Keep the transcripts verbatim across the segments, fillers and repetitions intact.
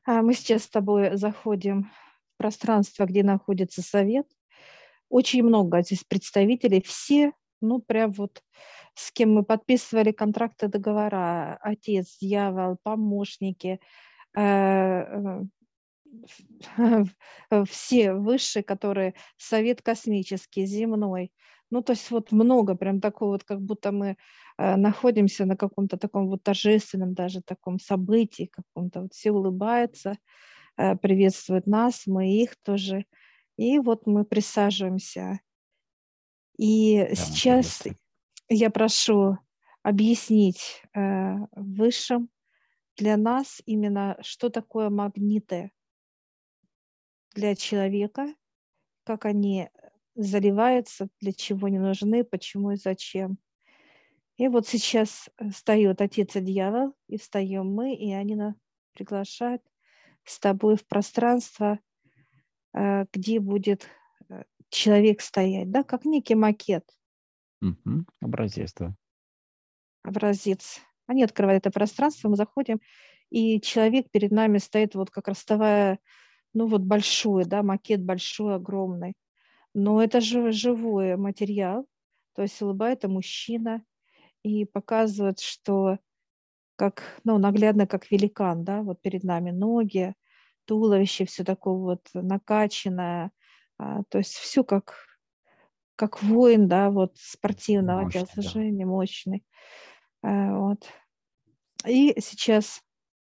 А, Мы сейчас с тобой заходим в пространство, где находится совет. Очень много здесь представителей. Все, ну, прям вот с кем мы подписывали контракты, договора. Отец, дьявол, помощники, э, э, все высшие, которые совет космический, земной. Ну, то есть вот много прям такого вот, как будто мы э, находимся на каком-то таком вот торжественном даже таком событии каком-то. Вот все улыбаются, э, приветствуют нас, мы их тоже. И вот мы присаживаемся. И Да, мы сейчас приветствуем. я прошу объяснить э, высшим для нас именно, что такое магниты для человека, как они заливаются, для чего они нужны, почему и зачем. И вот сейчас э, встает отец и дьявол, и встаем мы, и они нас приглашают с тобой в пространство, э, где будет э, человек стоять, да, как некий макет, Мгм. Образец, да. образец. Они открывают это пространство, мы заходим, и человек перед нами стоит вот как расставая, ну вот большой, да, макет большой, огромный. Но это же живой материал, то есть улыбается мужчина и показывает, что как, ну, наглядно, как великан, да, вот перед нами ноги, туловище, все такое вот накачанное, а, то есть все как, как воин, да, вот спортивного Мощный, да. телосложения, мощный. А, вот. И сейчас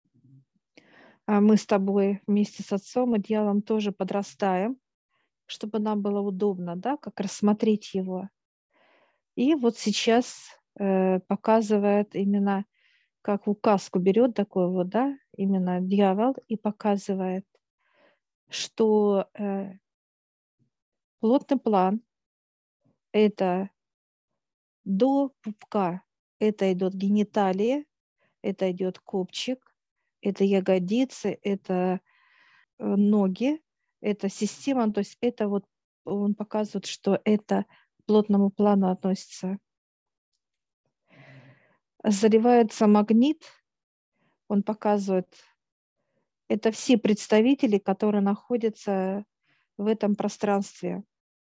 а, мы с тобой вместе с отцом и дьяволом тоже подрастаем, чтобы нам было удобно, да, как рассмотреть его. И вот сейчас э, показывает именно, как указку берет такой вот, да, именно дьявол и показывает, что э, плотный план– это до пупка, это идет гениталия, это идет копчик, это ягодицы, это э, ноги, это система, то есть это вот он показывает, что это к плотному плану относится. Заливается магнит, он показывает, это все представители, которые находятся в этом пространстве.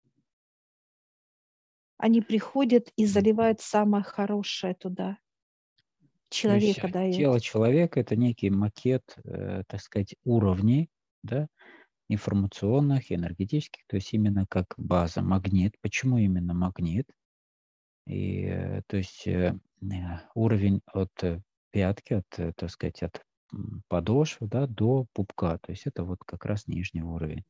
Они приходят и Мгм. заливают самое хорошее туда. То есть Человека э, дают. тело человека– это некий макет, э, так сказать, уровней, да, информационных, энергетических, то есть именно как база, магнит. Почему именно магнит? И, э, то есть э, э, уровень от э, пятки, от, э, так сказать, от м, подошвы, да, до пупка. То есть это вот как раз нижний уровень.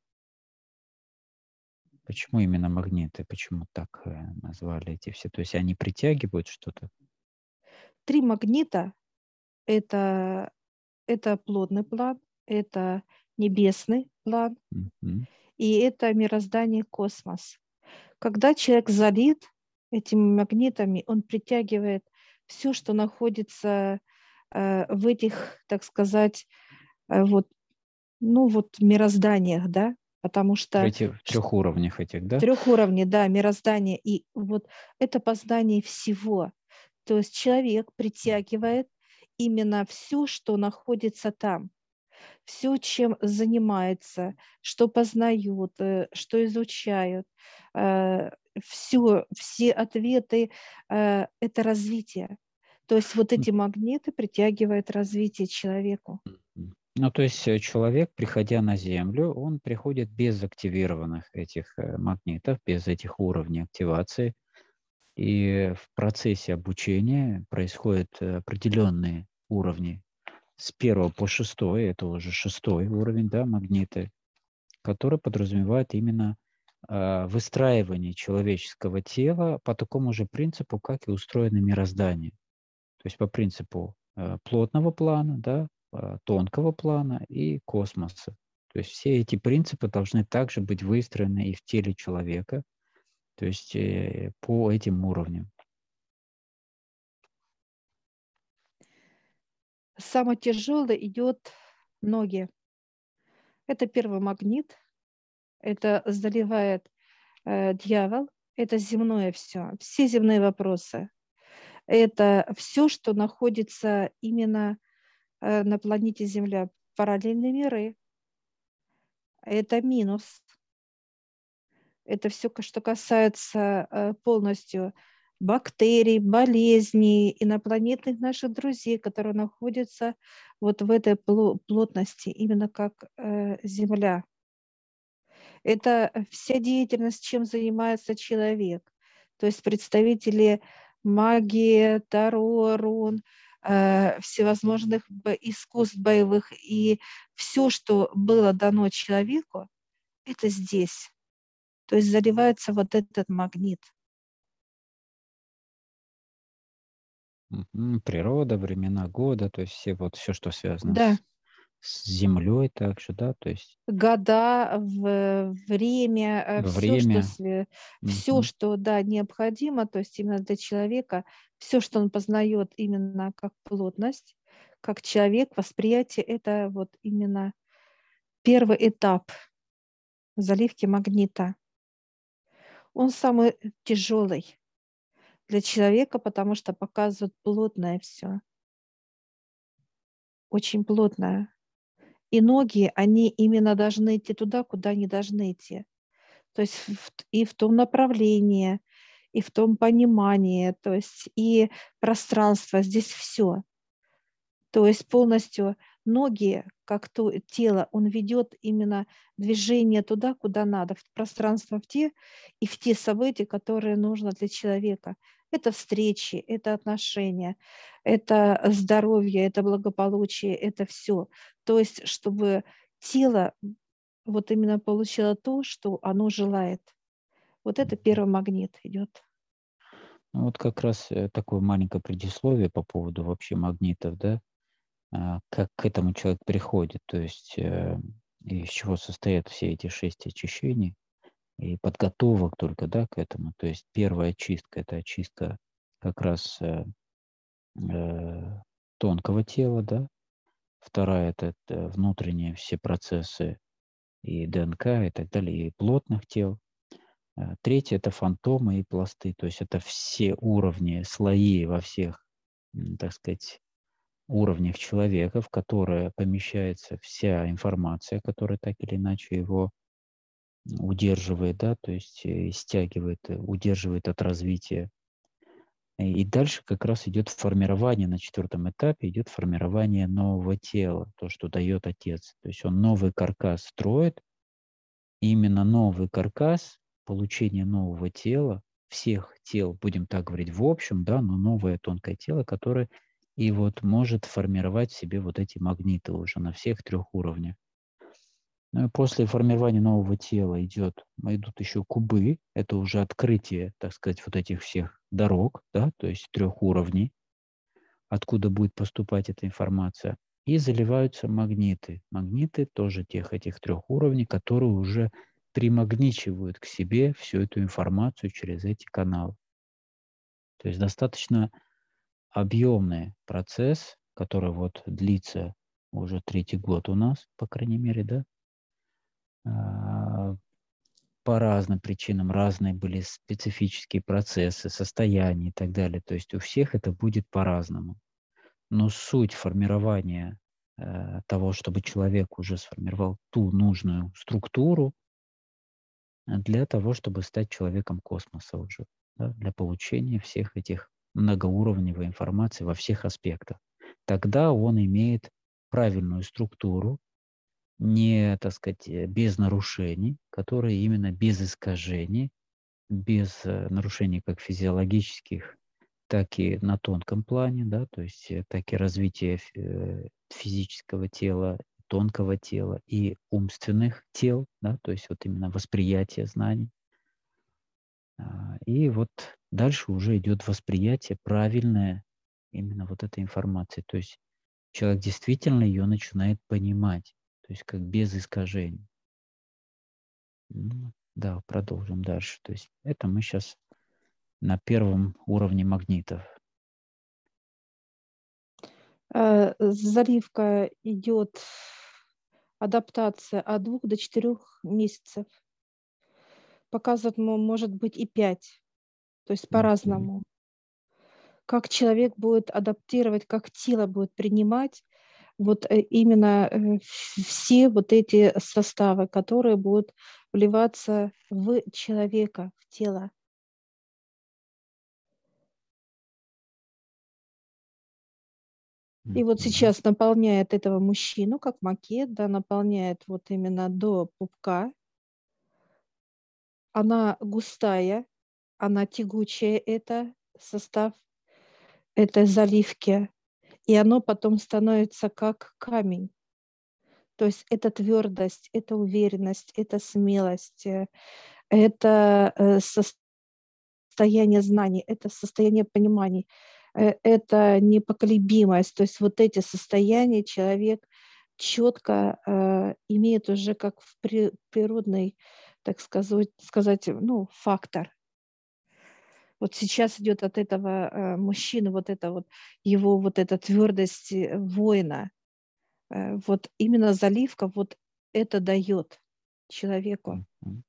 Почему именно магниты? Почему так э, назвали эти все? То есть они притягивают что-то? Три магнита– это, это плотный план, это небесный план Мгм. и это мироздание космос. Когда человек залит этими магнитами, он притягивает все, что находится э, в этих, так сказать, э, вот, ну вот мирозданиях, да, потому В что этих трех уровнях этих, да? трех уровней, да, мироздание. И вот это познание всего. То есть человек притягивает именно все, что находится там, все, чем занимается, что познают, э, что изучают, э, всё, все ответы э, это развитие. То есть вот М, эти магниты притягивают развитие человеку. м. Ну, то есть э, человек, приходя на Землю, он приходит без активированных этих э, магнитов, без этих уровней активации. И в процессе обучения происходят э, определенные уровни с первого по шестой, это уже шестой уровень, да, магниты, который подразумевает именно а, выстраивание человеческого тела по такому же принципу, как и устроено мироздание. То есть по принципу э, плотного плана, да, а, тонкого плана и космоса. То есть все эти принципы должны также быть выстроены и в теле человека, то есть э, по этим уровням. Самое тяжелое идет ноги. Это первый магнит, это заливает э, дьявол, это земное все, все земные вопросы. Это все, что находится именно э, на планете Земля. параллельные миры. Это минус. Это все, что касается э, полностью бактерий, болезней, инопланетных наших друзей, которые находятся вот в этой плотности, именно как э, Земля. Это вся деятельность, чем занимается человек. То есть представители магии, таро, рун, э, всевозможных искусств боевых и все, что было дано человеку, это здесь. То есть заливается вот этот магнит. Природа, времена года, то есть все вот все, что связано Да. с, с Землей также, да, то есть Года, в время, все, что, время. все, Мгм. что да, необходимо, то есть именно для человека, все, что он познает именно как плотность, как человек, восприятие, это вот именно первый этап заливки магнита. Он самый тяжелый для человека, потому что показывает плотное все, очень плотное. И ноги, они именно должны идти туда, куда они должны идти. То есть в, и в том направлении, и в том понимании, то есть и пространство, здесь все. То есть полностью ноги, как то тело, он ведет именно движение туда, куда надо, в пространство, в те и в те события, которые нужно для человека. Это встречи, это отношения, это здоровье, это благополучие, это все. То есть чтобы тело вот именно получило то, что оно желает. Вот это первый магнит идет. Ну, вот как раз э, такое маленькое предисловие по поводу вообще магнитов, да, а, как к этому человек приходит, то есть э, из чего состоят все эти шесть очищений и подготовок только, да, к этому. То есть первая очистка – это очистка как раз э, э, тонкого тела, да, вторая – это э, внутренние все процессы и ДНК и так далее, и плотных тел. А третье – это фантомы и пласты, то есть это все уровни, слои во всех, м, так сказать, уровнях человека, в которые помещается вся информация, которая так или иначе его удерживает, да, то есть э, стягивает, э, удерживает от развития. И дальше как раз идет формирование, на четвертом этапе идет формирование нового тела, то, что дает Отец. То есть он новый каркас строит, и именно новый каркас, получение нового тела, всех тел, будем так говорить, в общем, да, но новое тонкое тело, которое и вот может формировать в себе вот эти магниты уже на всех трех уровнях. Ну и после формирования нового тела идет, идут еще кубы, это уже открытие, так сказать, вот этих всех дорог, да, то есть трех уровней, откуда будет поступать эта информация, и заливаются магниты. Магниты тоже тех этих трех уровней, которые уже примагничивают к себе всю эту информацию через эти каналы. То есть достаточно объемный процесс, который вот длится уже третий год у нас, по крайней мере, да, по разным причинам, разные были специфические процессы, состояния и так далее. То есть у всех это будет по-разному. Но суть формирования э, того, чтобы человек уже сформировал ту нужную структуру для того, чтобы стать человеком космоса уже, да, для получения всех этих многоуровневой информации во всех аспектах. Тогда он имеет правильную структуру, не, так сказать, без нарушений, которые именно без искажений, без э, нарушений как физиологических, так и на тонком плане, да, то есть э, так и развитие э, физического тела, тонкого тела и умственных тел, да, то есть вот именно восприятие знаний. А, И вот дальше уже идет восприятие правильное именно вот этой информации. То есть человек действительно ее начинает понимать, то есть как без искажений. Ну, да, продолжим дальше. То есть это мы сейчас на первом уровне магнитов. Э, Заливка идет, адаптация от двух до четырех месяцев. Показывает, мо- может быть, и пять. То есть Мгм. по-разному. Как человек будет адаптировать, как тело будет принимать, вот э, именно э, все вот эти составы, которые будут вливаться в человека, в тело. И вот Мгм. сейчас наполняет этого мужчину, как макет, да, наполняет вот именно до пупка. Она густая, она тягучая, это состав этой заливки. И оно потом становится как камень. То есть это твердость, это уверенность, это смелость, э, это э, состояние знаний, это состояние пониманий, э, это непоколебимость. То есть вот эти состояния человек четко э, имеет уже как в при, природный, так сказать, сказать, ну, фактор. Вот сейчас идет от этого э, мужчины вот это вот его вот эта твердость э, воина. Э, вот именно заливка вот это дает человеку. Мгм.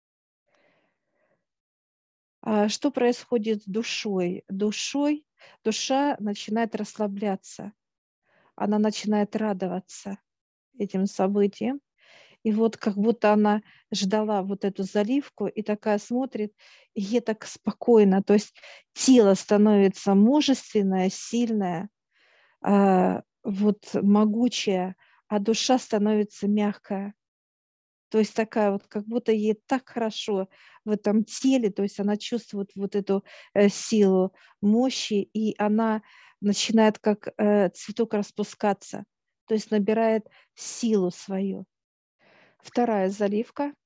А что происходит с душой? Душой, душа начинает расслабляться, она начинает радоваться этим событиям. И вот как будто она ждала вот эту заливку и такая смотрит, и ей так спокойно. То есть тело становится мужественное, сильное, а, вот могучее, а душа становится мягкая. То есть такая вот, как будто ей так хорошо в этом теле, то есть она чувствует вот эту э, силу мощи, и она начинает как э, цветок распускаться, то есть набирает силу свою. Вторая заливка–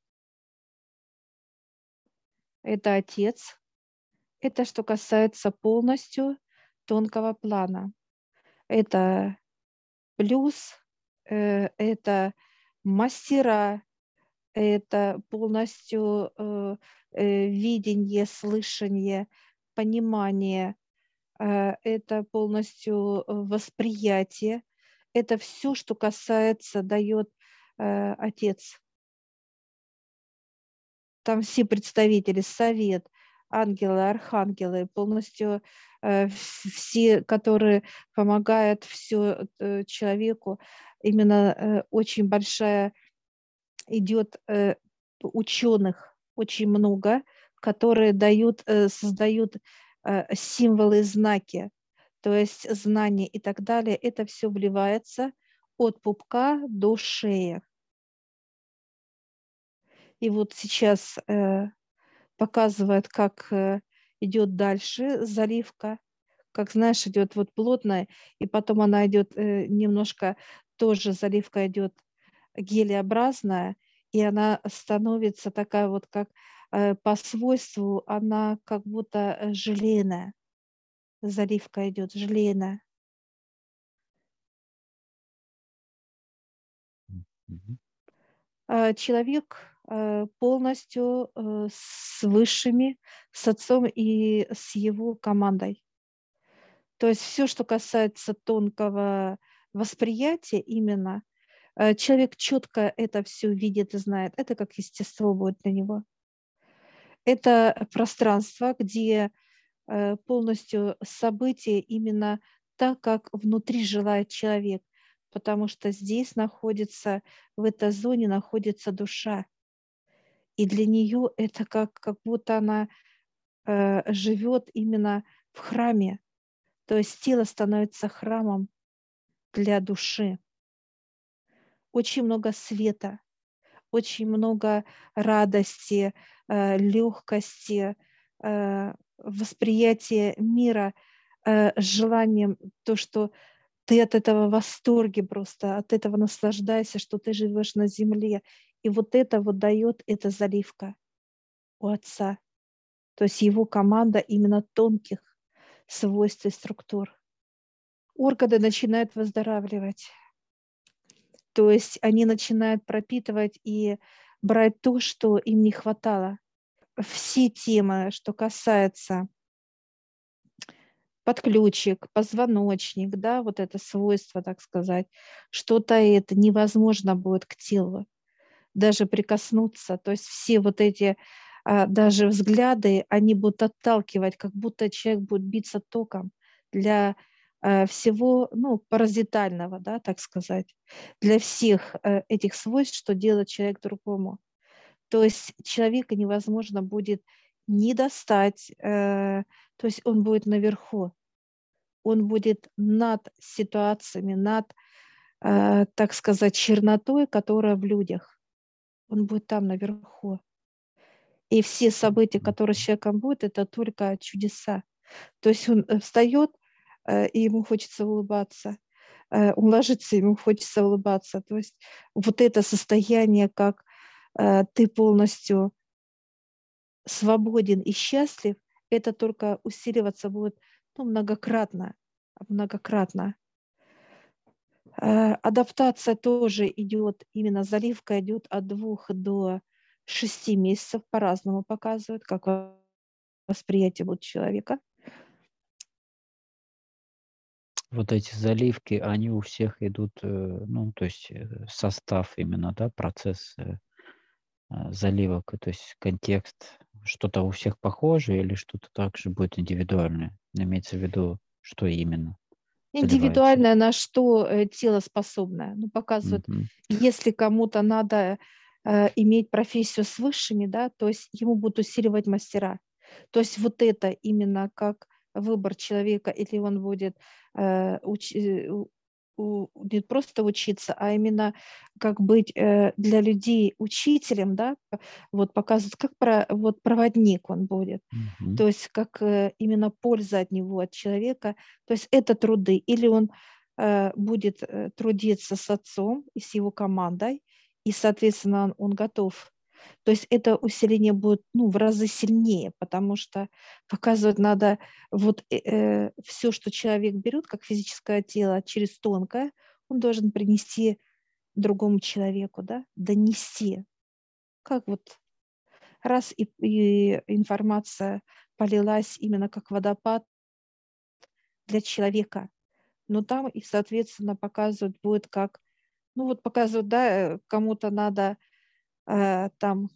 это отец. Это что касается полностью тонкого плана. Это плюс, э, это мастера, это полностью э, э, видение, слышание, понимание, э, это полностью э, восприятие. Это все, что касается, дает э, Отец. Там все представители, совет, ангелы, архангелы, полностью э, все, которые помогают все э, человеку. Именно э, очень большая идет э, ученых очень много, которые дают, э, создают э, символы, знаки, то есть знания и так далее. Это все вливается от пупка до шеи. И вот сейчас э, показывает, как э, идет дальше заливка, как знаешь, идет вот плотная, и потом она идет э, немножко, тоже заливка идет гелеобразная, и она становится такая вот, как э, по свойству, она как будто э, желейная. Заливка идет желейная. Мгм. А человек э, полностью э, с высшими, с отцом и с его командой. То есть все, что касается тонкого восприятия именно, э, человек четко это все видит и знает. Это как естество будет для него. Это пространство, где э, полностью события именно так, как внутри желает человек, потому что здесь находится, в этой зоне находится душа. И для нее это как, как будто она э, живет именно в храме. То есть тело становится храмом для души. Очень много света, очень много радости, э, легкости, э, восприятия мира, э, с желанием, то, что ты от этого в восторге просто, от этого наслаждаешься, что ты живешь на земле. И вот это вот дает эта заливка у Отца. То есть его команда именно тонких свойств и структур. Органы начинают выздоравливать. То есть они начинают пропитывать и брать то, что им не хватало. Все темы, что касается подключик, позвоночник, да, вот это свойство, так сказать, что-то это невозможно будет к телу даже прикоснуться. То есть все вот эти а, даже взгляды, они будут отталкивать, как будто человек будет биться током для э, всего, ну, паразитального, да, так сказать, для всех э, этих свойств, что делает человек другому. То есть человека невозможно будет не достать, э, то есть он будет наверху, он будет над ситуациями, над, э, так сказать, чернотой, которая в людях. Он будет там наверху. И все события, которые с человеком будут, это только чудеса. То есть он э, встает, э, и ему хочется улыбаться. Э, Он ложится, ему хочется улыбаться. То есть вот это состояние, как э, ты полностью свободен и счастлив, это только усиливаться будет, ну, многократно, многократно. Э, Адаптация тоже идет, именно заливка идет от двух до шести месяцев, по-разному показывают, как восприятие будет человека. Вот эти заливки, они у всех идут, э, ну, то есть э, состав именно, да, процесс э, э, заливок, то есть контекст, что-то у всех похоже или что-то также будет индивидуальное? Имеется в виду, что именно заливается? Индивидуальное, на что э, тело способно. Ну, показывает, Мгм. если кому-то надо э, иметь профессию с высшими, да, то есть ему будут усиливать мастера. То есть вот это именно как выбор человека, или он будет э, уч- э, у- у- не просто учиться, а именно как быть э, для людей учителем, да, п- вот показывает, как про, вот проводник он будет. Мгм. То есть как э, именно польза от него, от человека. То есть это труды. Или он э, будет э, трудиться с отцом и с его командой, и, соответственно, он, он готов. То есть это усиление будет, ну, в разы сильнее, потому что показывать надо вот э, все, что человек берет, как физическое тело, через тонкое, он должен принести другому человеку, да, донести. Как вот раз и, и информация полилась именно как водопад для человека, но там и, соответственно, показывают будет как, ну вот показывают, да, э, кому-то надо э, там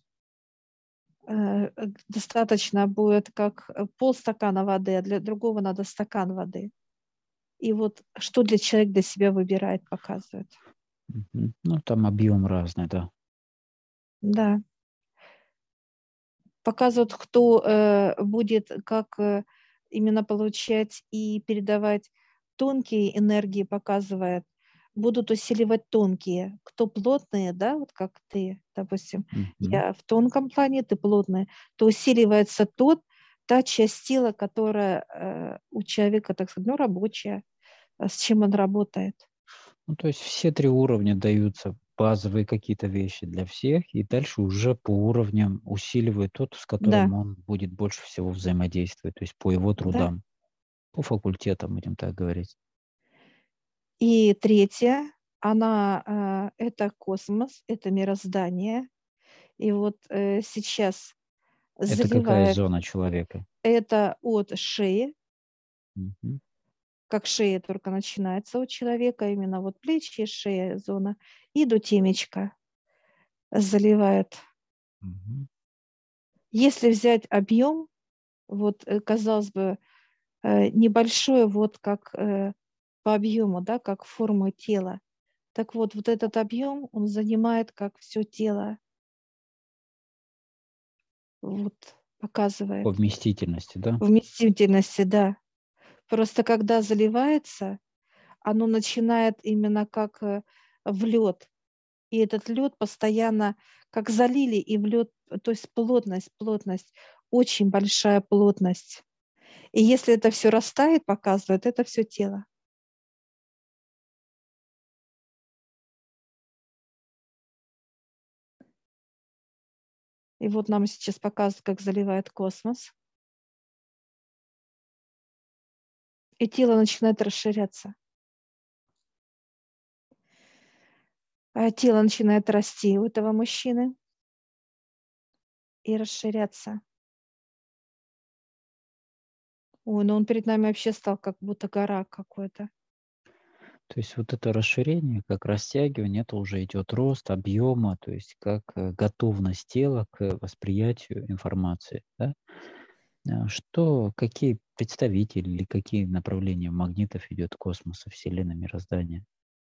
э, достаточно будет как э, полстакана воды, а для другого надо стакан воды. И вот что для человека для себя выбирает, показывает. Мгм. Ну, там объем разный, да. Да. Показывают, кто э, будет как э, именно получать и передавать тонкие энергии, показывает, будут усиливать тонкие. Кто плотные, да, вот как ты, допустим, Мгм. я в тонком плане, ты плотный, то усиливается тот, та часть тела, которая э, у человека, так сказать, ну, рабочая, а с чем он работает. Ну, то есть все три уровня даются базовые какие-то вещи для всех, и дальше уже по уровням усиливает тот, с Да, которым он будет больше всего взаимодействовать, то есть по его да. трудам, по факультетам, будем так говорить. И третья, она, э, это космос, это мироздание. И вот э, сейчас Это какая заливает зона человека? это от шеи, Мгм. как шея только начинается у человека, именно вот плечи, шея, зона, и до темечка заливает. Мгм. Если взять объем, вот, э, казалось бы, э, небольшое, вот как э, по объему, да, как форму тела. Так вот, вот этот объем, он занимает как все тело, вот, По показывает. вместительности, да? Вместительности, да. Просто когда заливается, оно начинает именно как э, в лед. И этот лед постоянно как залили, и в лед, то есть плотность, плотность, очень большая плотность. И если это все растает, показывает, это все тело. И вот нам сейчас показывают, как заливает космос. И тело начинает расширяться. А тело начинает расти у этого мужчины и расширяться. Ой, ну он перед нами вообще стал как будто гора какой-то. То есть вот это расширение, как растягивание, это уже идет рост объема, то есть как э, готовность тела к восприятию информации, да? А Что, какие представители или какие направления магнитов идет космоса, Вселенной, мироздания?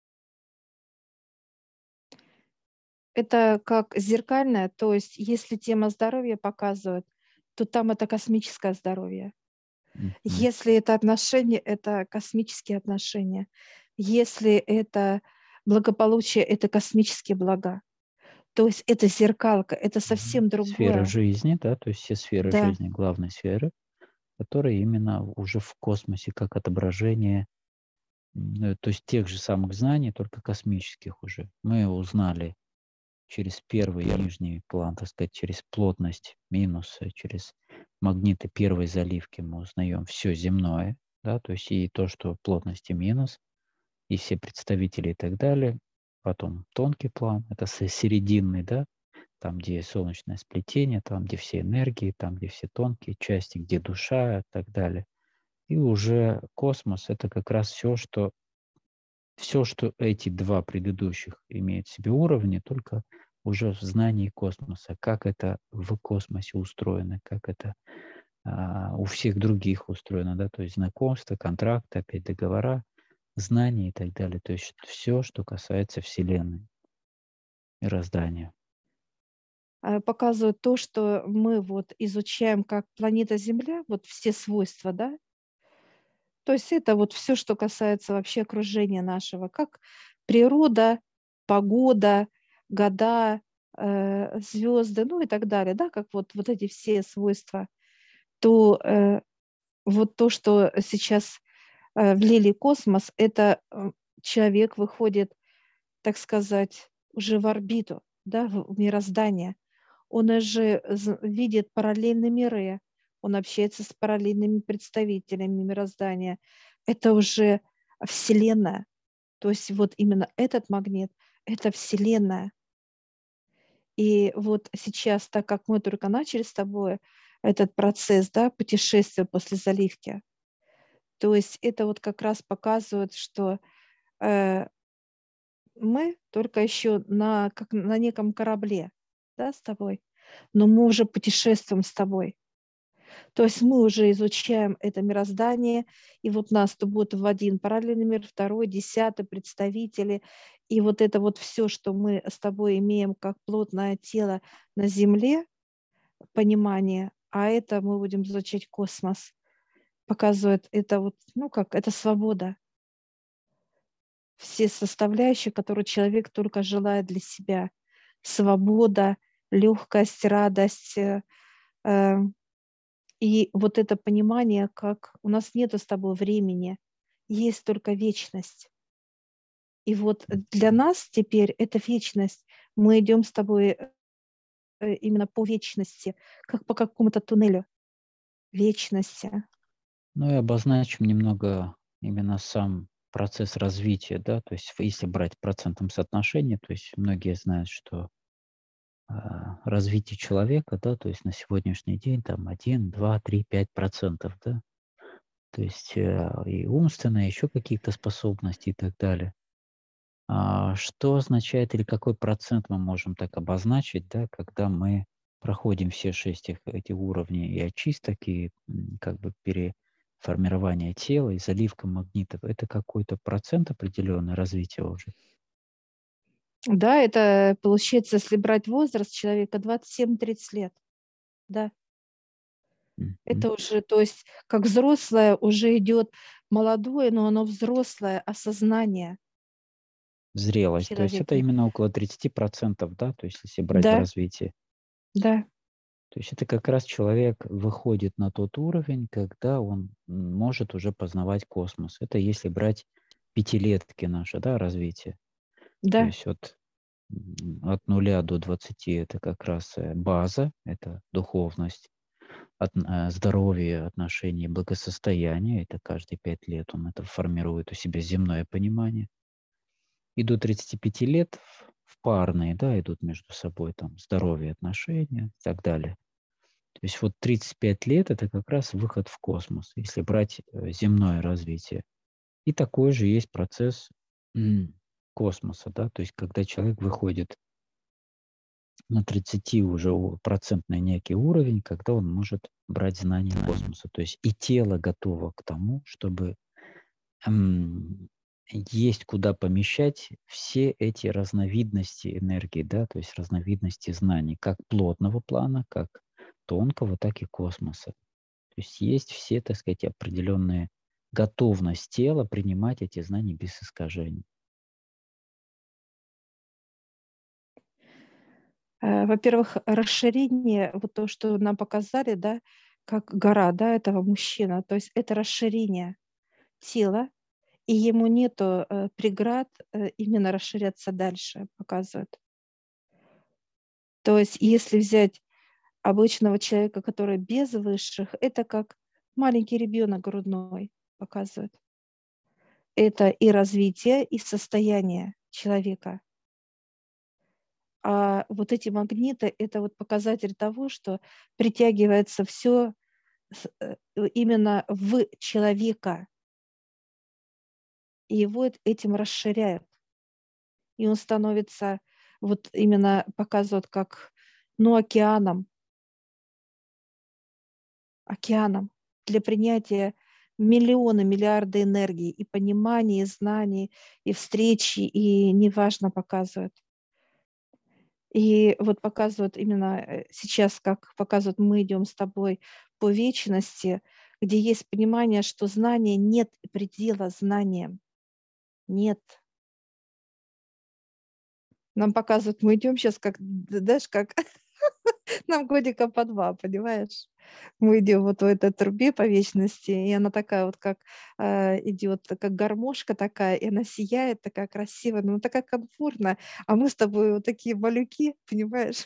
Это как зеркальное, то есть если тема здоровья показывает, то там это космическое здоровье. Мгм. Если это отношения, это космические отношения. Если это благополучие, это космические блага. То есть это зеркалка, это Мгм. совсем Сфера другое. жизни, да, то есть все сферы Да, жизни, главные сферы, которые именно уже в космосе, как отображение, м, э, то есть тех же самых знаний, только космических уже. Мы узнали через первый нижний план, так сказать, через плотность минуса, через магниты первой заливки мы узнаем все земное, да, то есть и то, что плотности минус, и все представители и так далее. Потом тонкий план, это с- серединный, да, там, где солнечное сплетение, там, где все энергии, там, где все тонкие части, где душа и так далее. И уже космос — это как раз все, что все, что эти два предыдущих имеют в себе уровни, только уже в знании космоса, как это в космосе устроено, как это а, у всех других устроено, да, то есть знакомства, контракты, опять договора, знания и так далее. То есть все, что касается Вселенной, мироздания. а, показывает то, что мы вот изучаем как планета Земля, вот все свойства, да. То есть это вот все, что касается вообще окружения нашего, как природа, погода, года, э, звезды, ну и так далее, да, как вот, вот эти все свойства. То э, вот то, что сейчас э, влили космос, это э, человек выходит, так сказать, уже в орбиту, да, в в мироздание. Он уже з- видит параллельные миры, он общается с параллельными представителями мироздания. Это уже Вселенная. То есть вот именно этот магнит — это Вселенная. И вот сейчас, так как мы только начали с тобой этот процесс, да, путешествия после заливки, то есть это вот как раз показывает, что э, мы только еще на, как на неком корабле, да, с тобой, но мы уже путешествуем с тобой. То есть мы уже изучаем это мироздание, и вот нас то будет в один параллельный мир, второй, десятый, представители, и вот это вот все, что мы с тобой имеем как плотное тело на Земле, понимание, а это мы будем изучать космос, показывает это вот, ну как, это свобода, все составляющие, которые человек только желает для себя. Свобода, легкость, радость, э, э, и вот это понимание, как у нас нету с тобой времени, есть только вечность. И вот для нас теперь это вечность. Мы идем с тобой э, именно по вечности, как по какому-то туннелю вечности. Ну и обозначим немного именно сам процесс развития, да, то есть если брать в процентном соотношении, то есть многие знают, что а, развитие человека, да, то есть на сегодняшний день там один, два, три, пять процентов, да, то есть э, и умственные, еще какие-то способности и так далее. А, что означает или какой процент мы можем так обозначить, да, когда мы проходим все шесть этих, этих уровней и очисток, и м, как бы переформирование тела, и заливка магнитов, это какой-то процент определенный развития уже? Да, это получается, если брать возраст человека двадцать семь тридцать лет, да, Мгм. это уже, то есть как взрослое уже идет молодое, но оно взрослое осознание Зрелость, то есть это человека. именно около тридцати процентов, да, то есть если брать в Да, развитии. да, То есть это как раз человек выходит на тот уровень, когда он м, может уже познавать космос. Это если брать пятилетки наше, да, развитие. То да, есть от, м, от нуля до двадцати это как раз э, база, это духовность, от, э, здоровье, отношения, благосостояние. Это каждые пять лет он это формирует у себя земное понимание. И до тридцати пяти лет в в парные, да, идут между собой там здоровье, отношения и так далее. То есть вот тридцать пять лет — это как раз выход в космос, если брать э, земное развитие. И такой же есть процесс м, космоса, да, то есть когда человек выходит на тридцати уже у- процентный некий уровень, когда он может брать знания космоса. То есть и тело готово к тому, чтобы эм, есть куда помещать все эти разновидности энергии, да, то есть разновидности знаний, как плотного плана, как тонкого, так и космоса. То есть есть все, так сказать, определенные готовность тела принимать эти знания без искажений. Э, Во-первых, расширение, вот то, что нам показали, да, как гора, да, этого мужчина, то есть это расширение тела, и ему нету э, преград э, именно расширяться дальше, показывает. То есть если взять обычного человека, который без высших, это как маленький ребенок грудной, показывает. Это и развитие, и состояние человека. А вот эти магниты — это вот показатель того, что притягивается все именно в человека, и его эт- этим расширяют. И он становится, вот именно показывают, как, ну, океаном, океаном для принятия миллионы, миллиарды энергии и понимания, и знаний, и встречи, и неважно показывают. И вот показывают именно э, сейчас, как показывают, мы идем с тобой по вечности, где есть понимание, что знания нет предела знаниям. Нет. Нам показывают, мы идем сейчас как, д- знаешь, как нам годика по два, понимаешь? Мы идем вот в этой трубе по вечности, и она такая вот, как э, идет, как гармошка такая, и она сияет, такая красивая, ну такая комфортная, а мы с тобой вот такие малюки, понимаешь?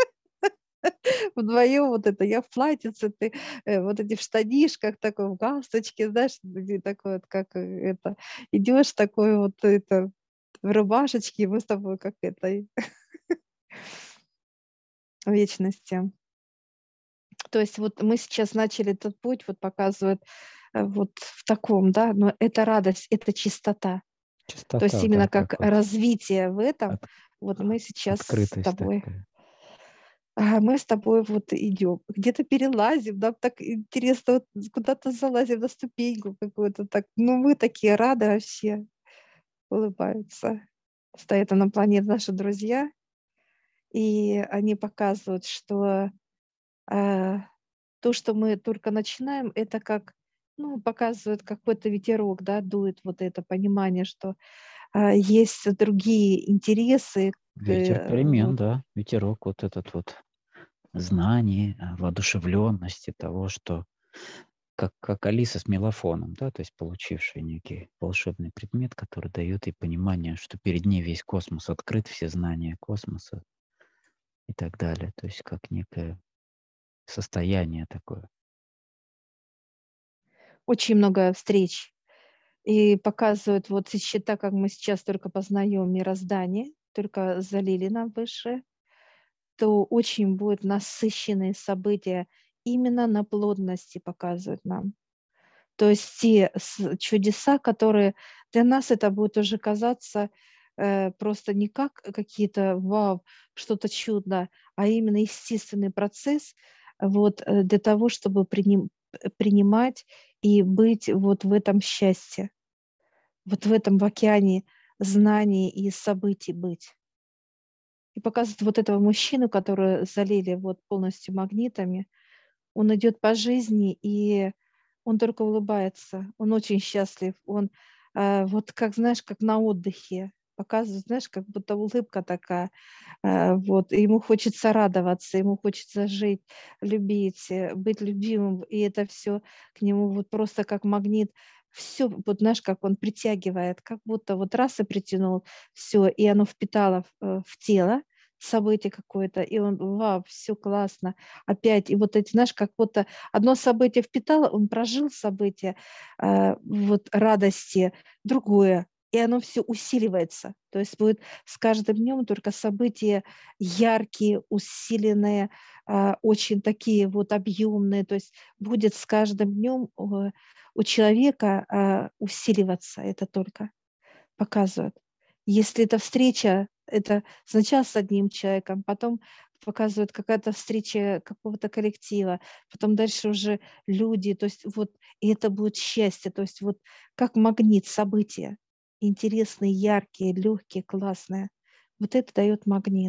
Вдвоем вот это, я в платьице, ты э, вот эти в штанишках, такой в галстучке, знаешь, где такой вот, как э, это, идешь такой вот это, в рубашечке, и мы с тобой как это, в вечности. То есть вот мы сейчас начали этот путь, вот показывают э, вот в таком, да, но это радость, это чистота. То есть Чистота, именно да, как как вот развитие в этом, от- вот а, мы сейчас с открытость тобой. такая. А мы с тобой вот идем, где-то перелазим, нам так интересно, вот куда-то залазим на ступеньку какую-то так. Ну, мы такие рады вообще, улыбаются. Стоят на планете наши друзья, и они показывают, что а, то, что мы только начинаем, это как, ну, показывает какой-то ветерок, да, дует вот это понимание, что а, есть другие интересы, к, Ветер э, перемен, вот. да, ветерок вот этот вот знаний, а, воодушевленности того, что как, как Алиса с мелофоном, да, то есть получившая некий волшебный предмет, который дает ей понимание, что перед ней весь космос открыт, все знания космоса и так далее. То есть как некое состояние такое. Очень много встреч. И показывают вот сейчас, так как мы сейчас только познаем мироздание, только залили нам выше, то очень будут насыщенные события именно на плотности показывают нам. То есть те с- чудеса, которые для нас это будет уже казаться э, просто не как какие-то вау, что-то чудо, а именно естественный процесс вот, э, для того, чтобы приним- э, принимать и быть вот в этом счастье, вот в этом в океане знаний и событий быть. И показывает вот этого мужчину, которого залили вот полностью магнитами. Он идет по жизни, и он только улыбается. Он очень счастлив. Он э, вот как, знаешь, как на отдыхе. Показывает, знаешь, как будто улыбка такая. Э, вот. И ему хочется радоваться, ему хочется жить, любить, э, быть любимым. И это все к нему вот просто как магнит. Все, вот знаешь, как он притягивает, как будто вот раз и притянул все, и оно впитало в, э, в тело событие какое-то, и он, вау, все классно, опять, и вот эти, знаешь, как будто одно событие впитало, он прожил событие, а, вот радости, другое, и оно все усиливается. То есть будет с каждым днем только события яркие, усиленные, а, очень такие вот объемные. То есть будет с каждым днем у у человека а, усиливаться это только показывает. Если эта встреча, это сначала с одним человеком, потом показывает какая-то встреча какого-то коллектива, потом дальше уже люди, то есть вот, и это будет счастье, то есть вот как магнит события, интересные, яркие, легкие, классные. Вот это дает магнит.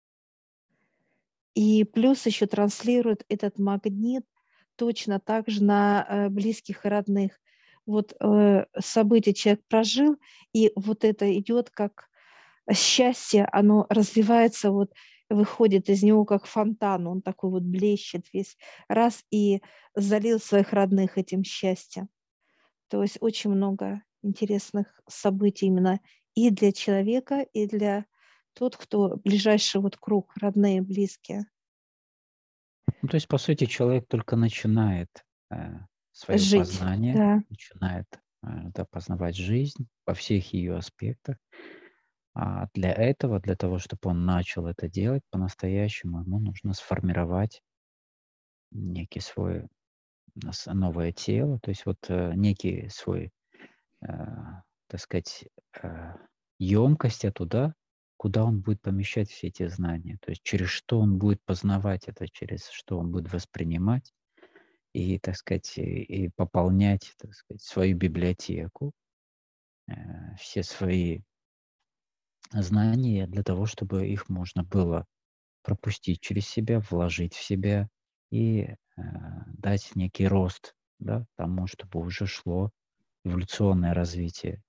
И плюс еще транслирует этот магнит точно так же на э, близких и родных. Вот э, событие человек прожил, и вот это идет как счастье, оно развивается, вот выходит из него как фонтан, он такой вот блещет весь раз и залил своих родных этим счастьем. То есть очень много интересных событий именно и для человека, и для тот, кто ближайший вот круг, родные, близкие. Ну, то есть, по сути, человек только начинает э, свое Жить, познание, да. начинает э, да, познавать жизнь во всех ее аспектах. А для этого, для того, чтобы он начал это делать по-настоящему, ему нужно сформировать некий свой с- новое тело, то есть вот э, некий свой, э, так сказать, э, емкость эту, да, куда он будет помещать все эти знания, то есть через что он будет познавать это, через что он будет воспринимать и, так сказать, и, и пополнять, так сказать, свою библиотеку, э, все свои знания для того, чтобы их можно было пропустить через себя, вложить в себя и э, дать некий рост, да, тому, чтобы уже шло эволюционное развитие.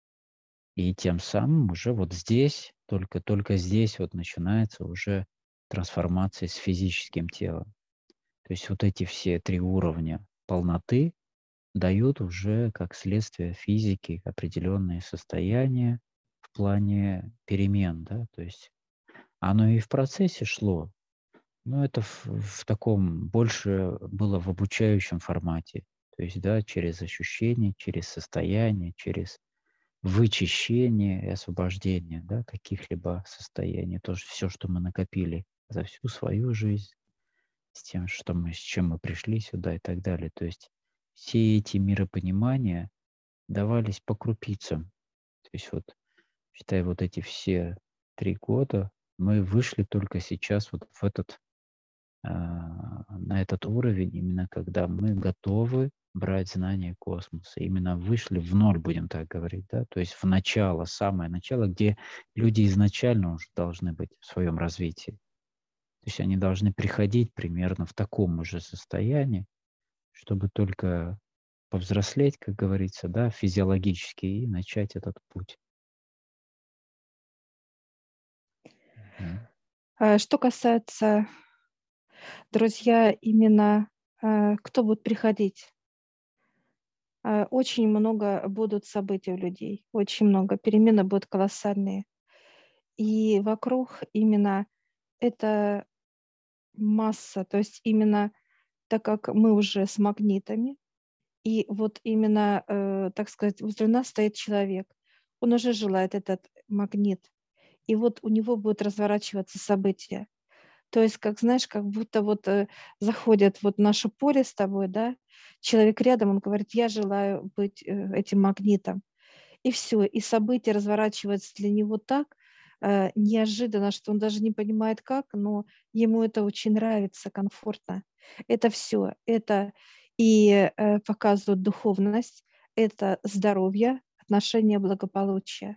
И тем самым уже вот здесь, только, только здесь вот начинается уже трансформация с физическим телом. То есть вот эти все три уровня полноты дают уже как следствие физики определенные состояния в плане перемен, да, то есть оно и в процессе шло, но это в, в таком больше было в обучающем формате, то есть, да, через ощущение, через состояние, через вычищение и освобождение, да, каких-либо состояний, тоже все, что мы накопили за всю свою жизнь, с тем, что мы, с чем мы пришли сюда и так далее. То есть все эти миропонимания давались по крупицам. То есть вот, считай, вот эти все три года мы вышли только сейчас вот в этот, а, на этот уровень, именно когда мы готовы брать знания космоса. Именно вышли в ноль, будем так говорить, да, то есть в начало, самое начало, где люди изначально уже должны быть в своем развитии. То есть они должны приходить примерно в таком же состоянии, чтобы только повзрослеть, как говорится, да, физиологически и начать этот путь. Мгм. А Что касается, друзья, именно э, кто будет приходить, э, очень много будут событий у людей, очень много, перемены будут колоссальные. И вокруг именно эта масса, то есть именно так как мы уже с магнитами, и вот именно, э, так сказать, возле нас стоит человек, он уже желает этот магнит, и вот у него будут разворачиваться события. То есть, как знаешь, как будто вот э, заходят вот в наше поле с тобой, да, человек рядом, он говорит, я желаю быть э, этим магнитом. И все, и события разворачиваются для него так э, неожиданно, что он даже не понимает как, но ему это очень нравится, комфортно. Это все, это и э, показывает духовность, это здоровье, отношения, благополучие.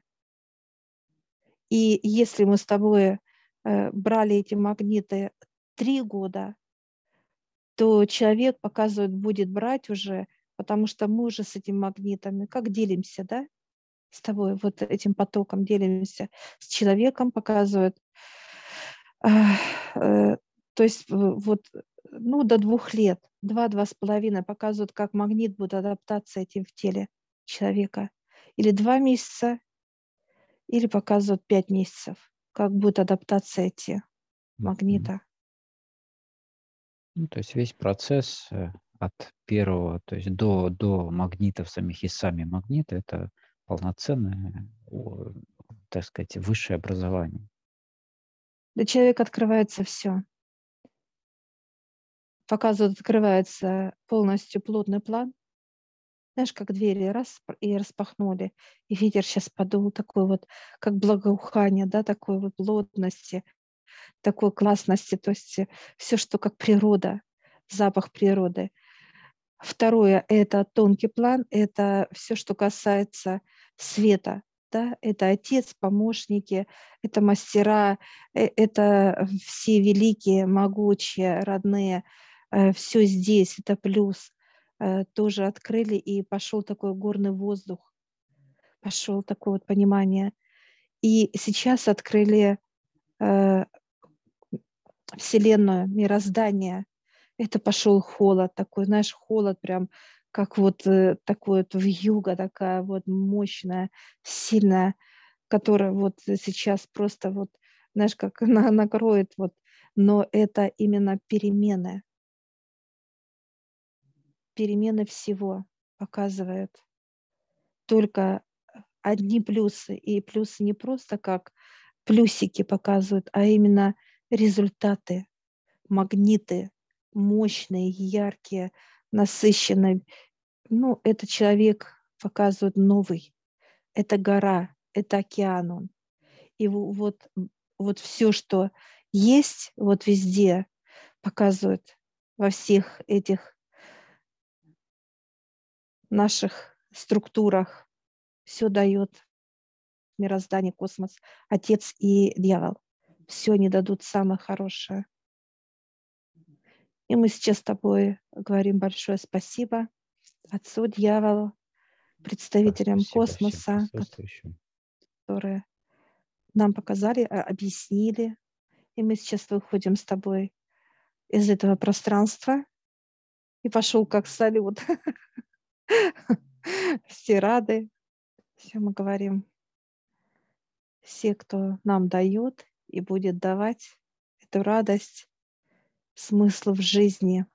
И если мы с тобой э, брали эти магниты три года, то человек, показывает, будет брать уже, потому что мы уже с этими магнитами, как делимся, да, с тобой вот этим потоком делимся, с человеком показывают. Ах, э, То есть в- вот, ну, до двух лет, два-два с половиной показывают, как магнит будет адаптация этим в теле человека. Или два месяца, или показывают пять месяцев, как будет адаптация идти Мгм. магнита. Ну, то есть весь процесс э, от первого, то есть до, до магнитов самих и сами магниты, это полноценное, о, так сказать, высшее образование. Для человека открывается все. Показывают, открывается полностью плотный план. Знаешь, как двери раз и распахнули, и ветер сейчас подул, такой вот, как благоухание, да, такой вот плотности. такой классности, то есть все, что как природа, запах природы. Второе – это тонкий план, это все, что касается света. Да? Это отец, помощники, это мастера, э, это все великие, могучие, родные. Все здесь, это плюс. Э, Тоже открыли, и пошел такой горный воздух, пошел такое вот понимание. И сейчас открыли э, Вселенную, мироздание. Это пошел холод такой, знаешь, холод прям, как вот э, такой вот вьюга такая вот мощная, сильная, которая вот сейчас просто вот, знаешь, как на- накроет вот. Но это именно перемены, перемены всего показывает. Только одни плюсы. И плюсы не просто как плюсики показывают, а именно результаты, магниты, мощные, яркие, насыщенные. Ну, это человек показывает новый. Это гора, это океан он. И во- вот, вот все, что есть вот везде, показывает во всех этих наших структурах. Все дает мироздание, космос, Отец и дьявол. Все они дадут самое хорошее. И мы сейчас с тобой говорим большое спасибо Отцу, дьяволу, Да, представителям спасибо всем космоса, присутствующим. которые нам показали, а, объяснили. И мы сейчас выходим с тобой из этого пространства. И пошел как салют. Все рады. Все мы говорим. Все, кто нам дает и будет давать эту радость, смысл в жизни.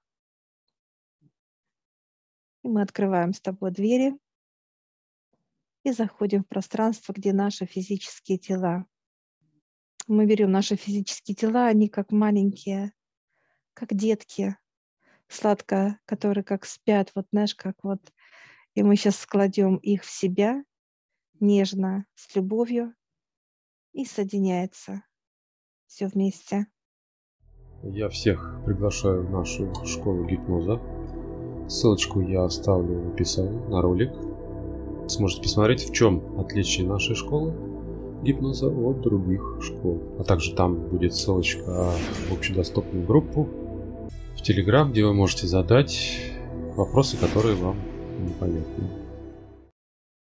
И мы открываем с тобой двери и заходим в пространство, где наши физические тела. Мы берем наши физические тела, они как маленькие, как детки, сладко, которые как спят, вот знаешь, как вот. И мы сейчас складем их в себя нежно, с любовью, и соединяется все вместе. Я всех приглашаю в нашу школу гипноза. Ссылочку я оставлю в описании на ролик. Сможете посмотреть, в чем отличие нашей школы гипноза от других школ. А также там будет ссылочка в общедоступную группу в Telegram, где вы можете задать вопросы, которые вам непонятны.